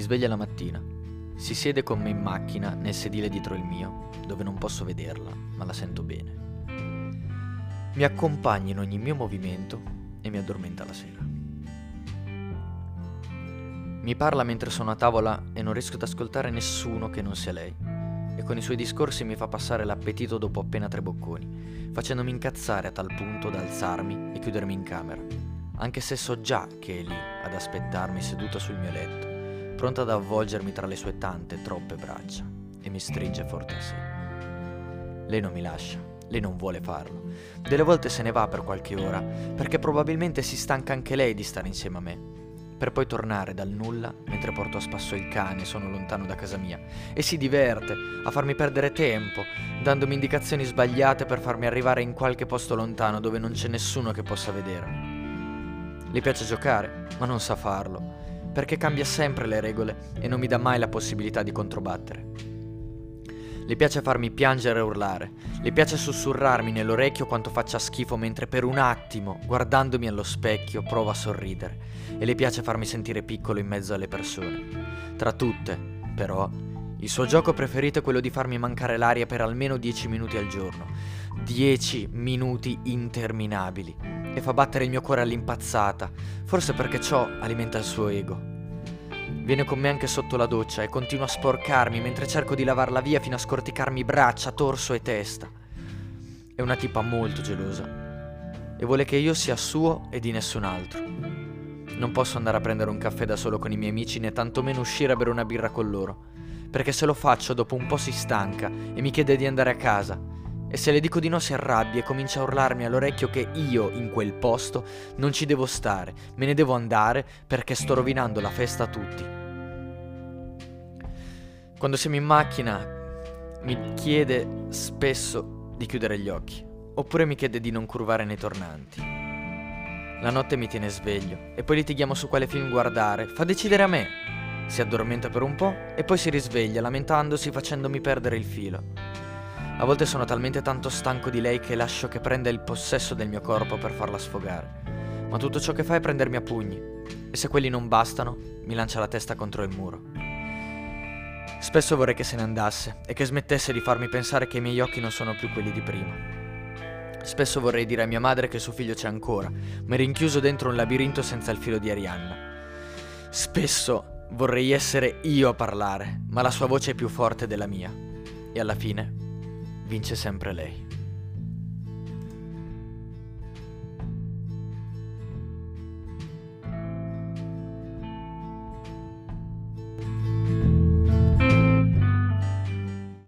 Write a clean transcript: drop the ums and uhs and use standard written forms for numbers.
sveglia la mattina, si siede con me in macchina nel sedile dietro il mio, dove non posso vederla, ma la sento bene. Mi accompagna in ogni mio movimento e mi addormenta la sera. Mi parla mentre sono a tavola e non riesco ad ascoltare nessuno che non sia lei, e con i suoi discorsi mi fa passare l'appetito dopo appena 3 bocconi, facendomi incazzare a tal punto da alzarmi e chiudermi in camera, anche se so già che è lì ad aspettarmi seduta sul mio letto, pronta ad avvolgermi tra le sue tante, troppe braccia, e mi stringe forte a sé. Lei non mi lascia, lei non vuole farlo. Delle volte se ne va per qualche ora, perché probabilmente si stanca anche lei di stare insieme a me, per poi tornare dal nulla mentre porto a spasso il cane e sono lontano da casa mia, e si diverte a farmi perdere tempo, dandomi indicazioni sbagliate per farmi arrivare in qualche posto lontano dove non c'è nessuno che possa vedermi. Le piace giocare, ma non sa farlo, perché cambia sempre le regole e non mi dà mai la possibilità di controbattere. Le piace farmi piangere e urlare, le piace sussurrarmi nell'orecchio quanto faccia schifo mentre per un attimo, guardandomi allo specchio, provo a sorridere, e le piace farmi sentire piccolo in mezzo alle persone. Tra tutte, però, il suo gioco preferito è quello di farmi mancare l'aria per almeno 10 minuti al giorno. 10 minuti interminabili. E fa battere il mio cuore all'impazzata, forse perché ciò alimenta il suo ego. Viene con me anche sotto la doccia e continua a sporcarmi mentre cerco di lavarla via fino a scorticarmi braccia, torso e testa. È una tipa molto gelosa e vuole che io sia suo e di nessun altro. Non posso andare a prendere un caffè da solo con i miei amici né tantomeno uscire a bere una birra con loro, perché se lo faccio dopo un po' si stanca e mi chiede di andare a casa, e se le dico di no si arrabbia e comincia a urlarmi all'orecchio che io in quel posto non ci devo stare, me ne devo andare perché sto rovinando la festa a tutti. Quando siamo in macchina mi chiede spesso di chiudere gli occhi, oppure mi chiede di non curvare nei tornanti. La notte mi tiene sveglio e poi litighiamo su quale film guardare, fa decidere a me. Si addormenta per un po' e poi si risveglia lamentandosi facendomi perdere il filo. A volte sono talmente tanto stanco di lei che lascio che prenda il possesso del mio corpo per farla sfogare, ma tutto ciò che fa è prendermi a pugni, e se quelli non bastano mi lancia la testa contro il muro. Spesso vorrei che se ne andasse e che smettesse di farmi pensare che i miei occhi non sono più quelli di prima. Spesso vorrei dire a mia madre che suo figlio c'è ancora, ma è rinchiuso dentro un labirinto senza il filo di Arianna. Spesso vorrei essere io a parlare, ma la sua voce è più forte della mia, e alla fine vince sempre lei.